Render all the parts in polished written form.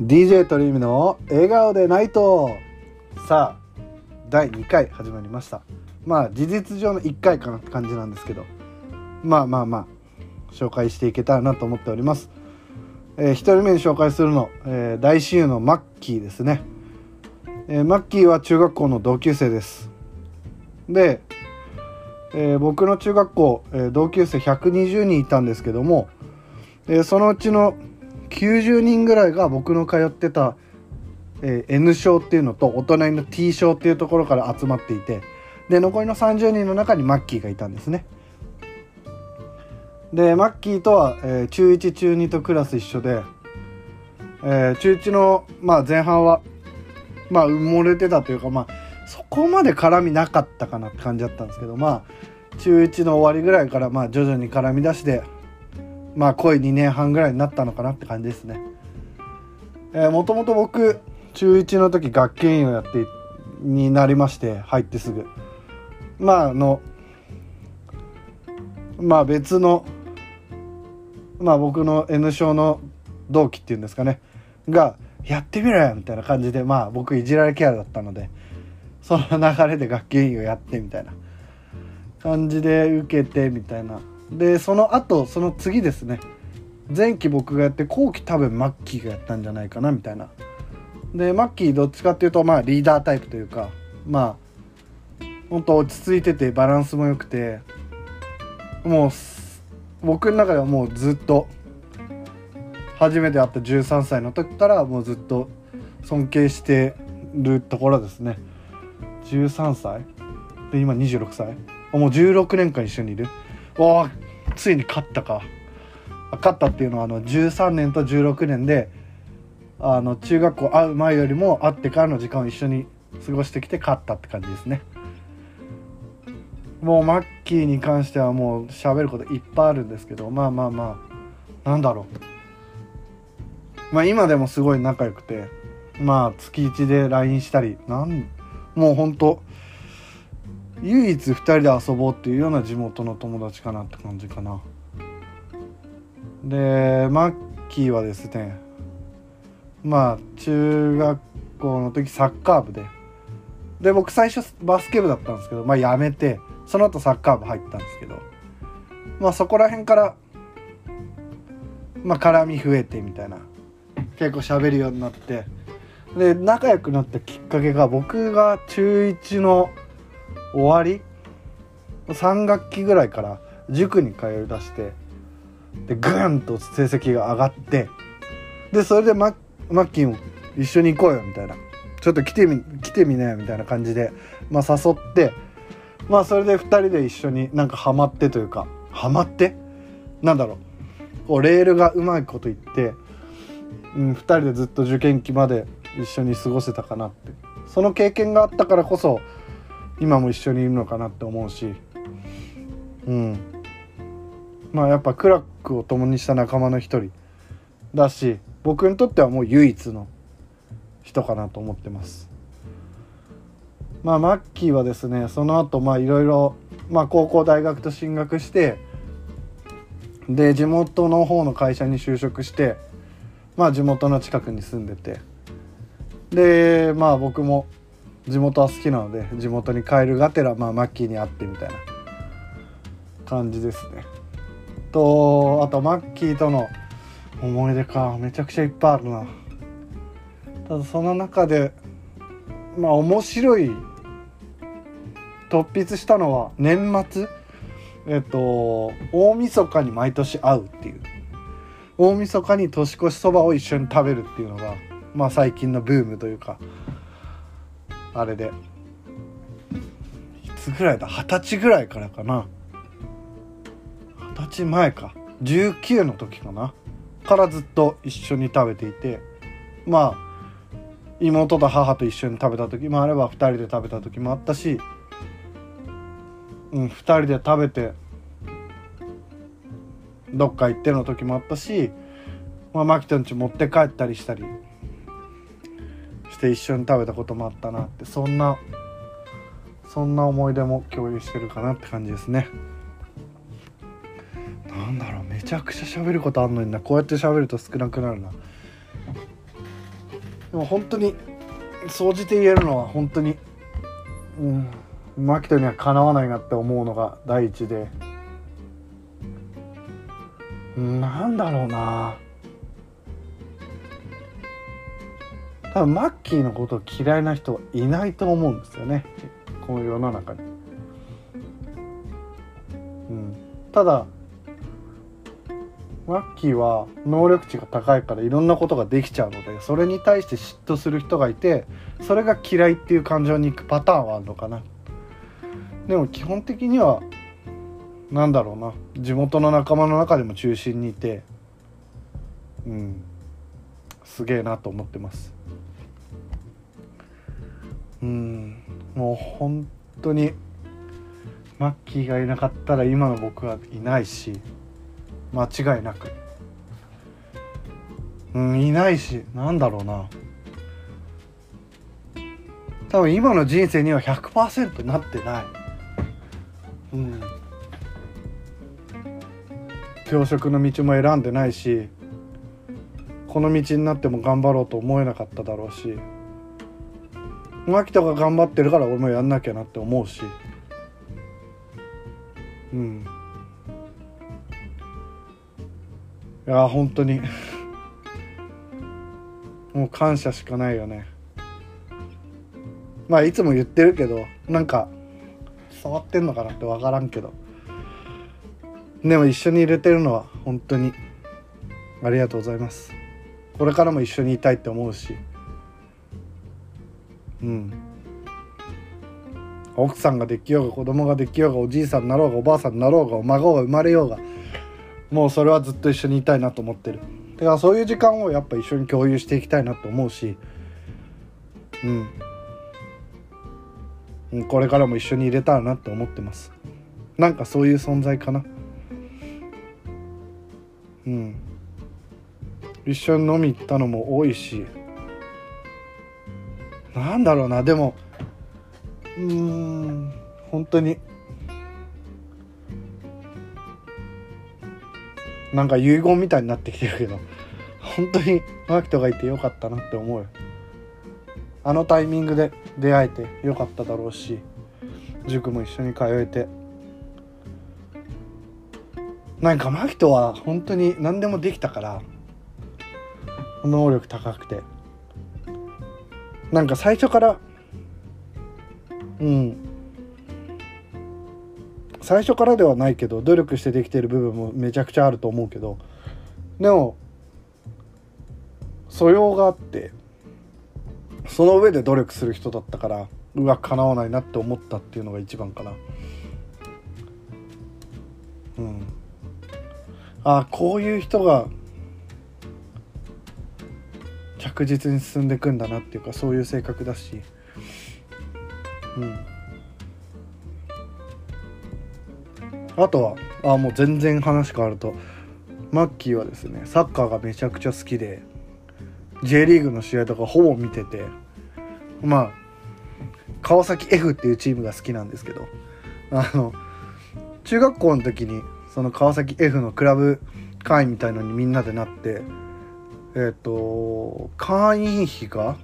DJ トリムの笑顔でナイト。さあ第2回始まりました。事実上の1回かなって感じなんですけど、紹介していけたらなと思っております。1人目に紹介するの、大親友のマッキーですね。マッキーは中学校の同級生です。で、僕の中学校、同級生120人いたんですけども、そのうちの90人ぐらいが僕の通ってた、N 小っていうのとお隣の T 小っていうところから集まっていて、で残りの30人の中にマッキーがいたんですね。でマッキーとは、中1中2とクラス一緒で、中1の、前半は埋もれてたというか、そこまで絡みなかったかなって感じだったんですけど、中1の終わりぐらいから徐々に絡み出して恋2年半ぐらいになったのかなって感じですね。もともと僕中1の時学級委員をになりまして、入ってすぐ別の僕の N 小の同期っていうんですかねがやってみろよみたいな感じで、僕いじられキャラだったので、その流れで学級委員をやってみたいな感じで受けてみたいな。でその後その次ですね、前期僕がやって後期多分マッキーがやったんじゃないかなみたいな。でマッキーどっちかっていうとリーダータイプというか、ほんと落ち着いててバランスも良くて、もう僕の中ではもうずっと初めて会った13歳の時からもうずっと尊敬してるところですね。13歳で今26歳、もう16年間一緒にいる。ついに勝ったか。勝ったっていうのは13年と16年で中学校会う前よりも会ってからの時間を一緒に過ごしてきて勝ったって感じですね。もうマッキーに関してはもう喋ることいっぱいあるんですけど、なんだろう、今でもすごい仲良くて、月1で LINE したり、もうほんと唯一2人で遊ぼうっていうような地元の友達かなって感じかな。でマッキーはですね、中学校の時サッカー部で僕最初バスケ部だったんですけど、辞めてその後サッカー部入ったんですけど、そこら辺から絡み増えてみたいな、結構喋るようになって、で仲良くなったきっかけが、僕が中1の終わり3学期ぐらいから塾に通いだして、でグーンと成績が上がって、でそれでマッキーも一緒に行こうよみたいな、ちょっと来てみなよみたいな感じで、誘って、それで2人で一緒にハマってというか、こうレールがうまいこと言って、2人でずっと受験期まで一緒に過ごせたかなって、その経験があったからこそ今も一緒にいるのかなって思うし、やっぱ苦楽を共にした仲間の一人だし、僕にとってはもう唯一の人かなと思ってます。マッキーはですね、その後いろいろ高校大学と進学して、で地元の方の会社に就職して、地元の近くに住んでて、で僕も地元は好きなので地元に帰るがてらマッキーに会ってみたいな感じですね。あとマッキーとの思い出か、めちゃくちゃいっぱいあるな。ただその中で面白い突筆したのは年末、大晦日に毎年会うっていう、大晦日に年越しそばを一緒に食べるっていうのが最近のブームというか、あれでいつぐらいだ、20歳ぐらいからかな、20歳前か、19の時かなからずっと一緒に食べていて、妹と母と一緒に食べた時もあれば2人で食べた時もあったし、2人で食べてどっか行っての時もあったし、マキとん家持って帰ったりしたりして一緒に食べたこともあったなって、そんな思い出も共有してるかなって感じですね。めちゃくちゃ喋ることあんのにな、こうやって喋ると少なくなるな。 でも本当に総じて言えるのは本当に牧人にはかなわないなって思うのが第一で、なんだろうな、多分マッキーのことを嫌いな人はいないと思うんですよね、この世の中に。ただマッキーは能力値が高いからいろんなことができちゃうので、それに対して嫉妬する人がいて、それが嫌いっていう感情に行くパターンはあるのかな。でも基本的にはなんだろうな、地元の仲間の中でも中心にいて、すげえなと思ってます。もう本当にマッキーがいなかったら今の僕はいないし、間違いなくいないし、なんだろうな、多分今の人生には 100% なってない。教職の道も選んでないし、この道になっても頑張ろうと思えなかっただろうし、牧人が頑張ってるから俺もやんなきゃなって思うし、いや本当にもう感謝しかないよね。まあいつも言ってるけど、なんか伝わってんのかなって分からんけど、でも一緒に入れてるのは本当にありがとうございます。これからも一緒にいたいって思うし、奥さんができようが子供ができようがおじいさんになろうがおばあさんになろうがお孫が生まれようが、もうそれはずっと一緒にいたいなと思ってる。だからそういう時間をやっぱ一緒に共有していきたいなと思うし、これからも一緒に入れたらなって思ってます。なんかそういう存在かな。一緒に飲み行ったのも多いし、なんだろうな、でも本当になんか遺言みたいになってきてるけど、本当に牧人がいてよかったなって思うよ。あのタイミングで出会えてよかっただろうし、塾も一緒に通えて、なんか牧人は本当に何でもできたから、能力高くて、なんか最初から最初からではないけど努力してできてる部分もめちゃくちゃあると思うけど、でも素養があってその上で努力する人だったから、叶わないなって思ったっていうのが一番かな。こういう人が着実に進んでいくんだなっていうか、そういう性格だし、あとはもう全然話変わると、マッキーはですね、サッカーがめちゃくちゃ好きで J リーグの試合とかほぼ見てて、川崎 F っていうチームが好きなんですけど、中学校の時にその川崎 F のクラブ会員みたいのにみんなでなって、会員費が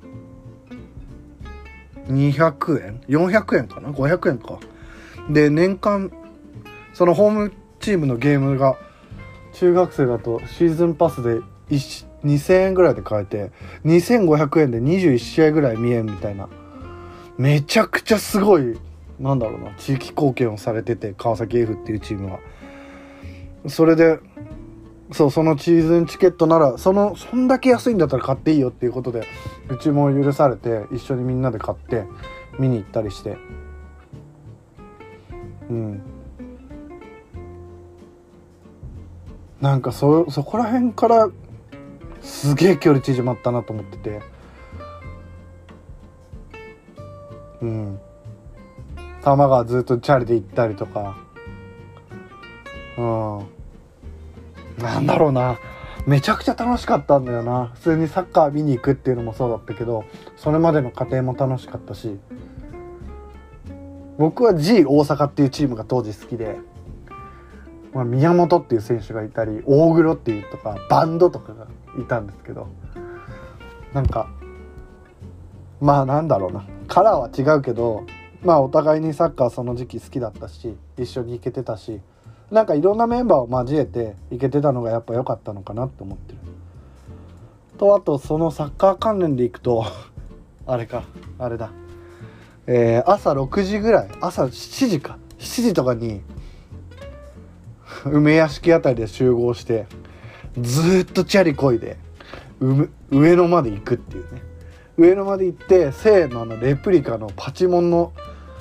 200円400円かな500円かで、年間そのホームチームのゲームが中学生だとシーズンパスで2000円ぐらいで買えて、2500円で21試合ぐらい見えんみたいな、めちゃくちゃすごい、なんだろうな、地域貢献をされてて、川崎 F っていうチームは。それでそのシーズンチケットならそんだけ安いんだったら買っていいよっていうことで、うちも許されて一緒にみんなで買って見に行ったりして、なんかそこら辺からすげえ距離縮まったなと思ってて、多摩川ずっとチャリで行ったりとか、なんだろうな、めちゃくちゃ楽しかったんだよな。普通にサッカー見に行くっていうのもそうだったけど、それまでの過程も楽しかったし、僕は G 大阪っていうチームが当時好きで、宮本っていう選手がいたり、大黒っていうとかバンドとかがいたんですけど、なんかまあなんだろうな、カラーは違うけど、まあお互いにサッカーその時期好きだったし、一緒に行けてたし、なんかいろんなメンバーを交えて行けてたのがやっぱ良かったのかなって思ってると、あとそのサッカー関連で行くとあれだ、朝6時ぐらい、朝7時とかに梅屋敷あたりで集合して、ずっとチャリこいで上野まで行くっていうね。上野まで行ってせーのレプリカのパチモンの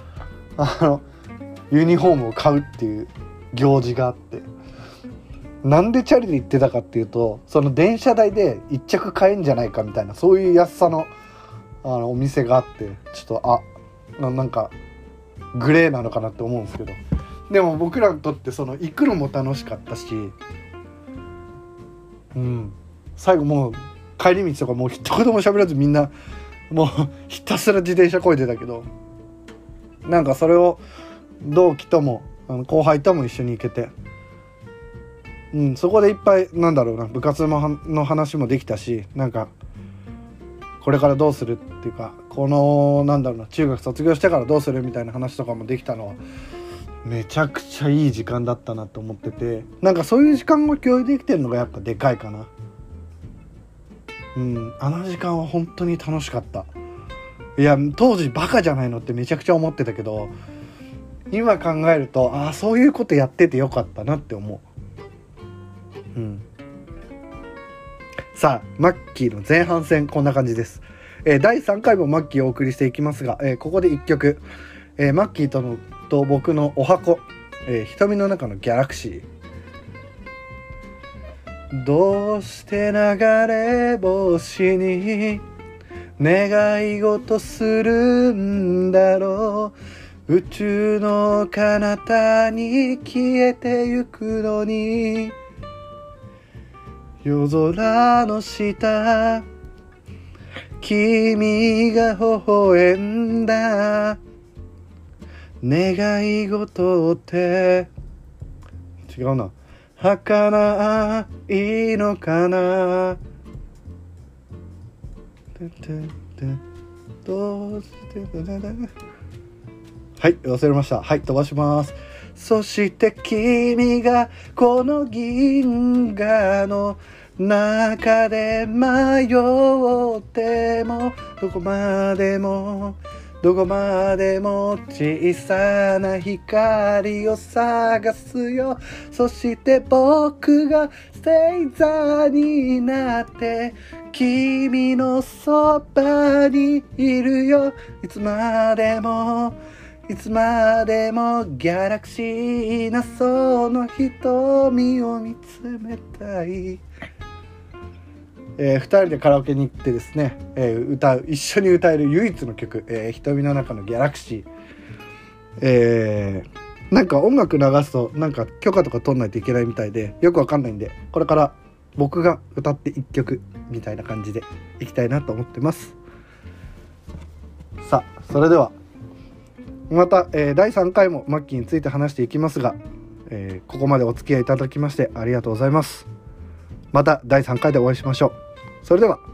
ユニフォームを買うっていう行事があって、なんでチャリで行ってたかっていうと、その電車代で1着買えんじゃないかみたいな、そういう安さのお店があって、ちょっとなんかグレーなのかなって思うんですけど、でも僕らにとってその行くのも楽しかったし、最後もう帰り道とかもう一言も喋らずみんなもうひたすら自転車こいでたけど、なんかそれを同期とも後輩とも一緒に行けて、そこでいっぱい部活の話もできたし、なんかこれからどうするっていうか、この中学卒業してからどうするみたいな話とかもできたのはめちゃくちゃいい時間だったなと思ってて、なんかそういう時間を共有できてるのがやっぱでかいかな。あの時間は本当に楽しかった。いや当時バカじゃないのってめちゃくちゃ思ってたけど、今考えるとそういうことやっててよかったなって思う。さあマッキーの前半戦こんな感じです。第3回もマッキーをお送りしていきますが、ここで1曲、マッキーと僕のお箱、瞳の中のギャラクシー。どうして流れ星に願い事するんだろう、宇宙の彼方に消えてゆくのに、夜空の下君が微笑んだ、願い事って違うな、儚いのかな、どうしてはい忘れました。はい飛ばします。そして君がこの銀河の中で迷っても、どこまでも小さな光を探すよ。そして僕が星座になって君のそばにいるよ。いつまでもギャラクシーなその瞳を見つめたい。2人でカラオケに行ってですね、一緒に歌える唯一の曲、瞳の中のギャラクシー。なんか音楽流すとなんか許可とか取んないといけないみたいでよくわかんないんで、これから僕が歌って1曲みたいな感じでいきたいなと思ってます。さあそれではまた、第3回もマッキーについて話していきますが、ここまでお付き合いいただきましてありがとうございます。また第3回でお会いしましょう。それでは。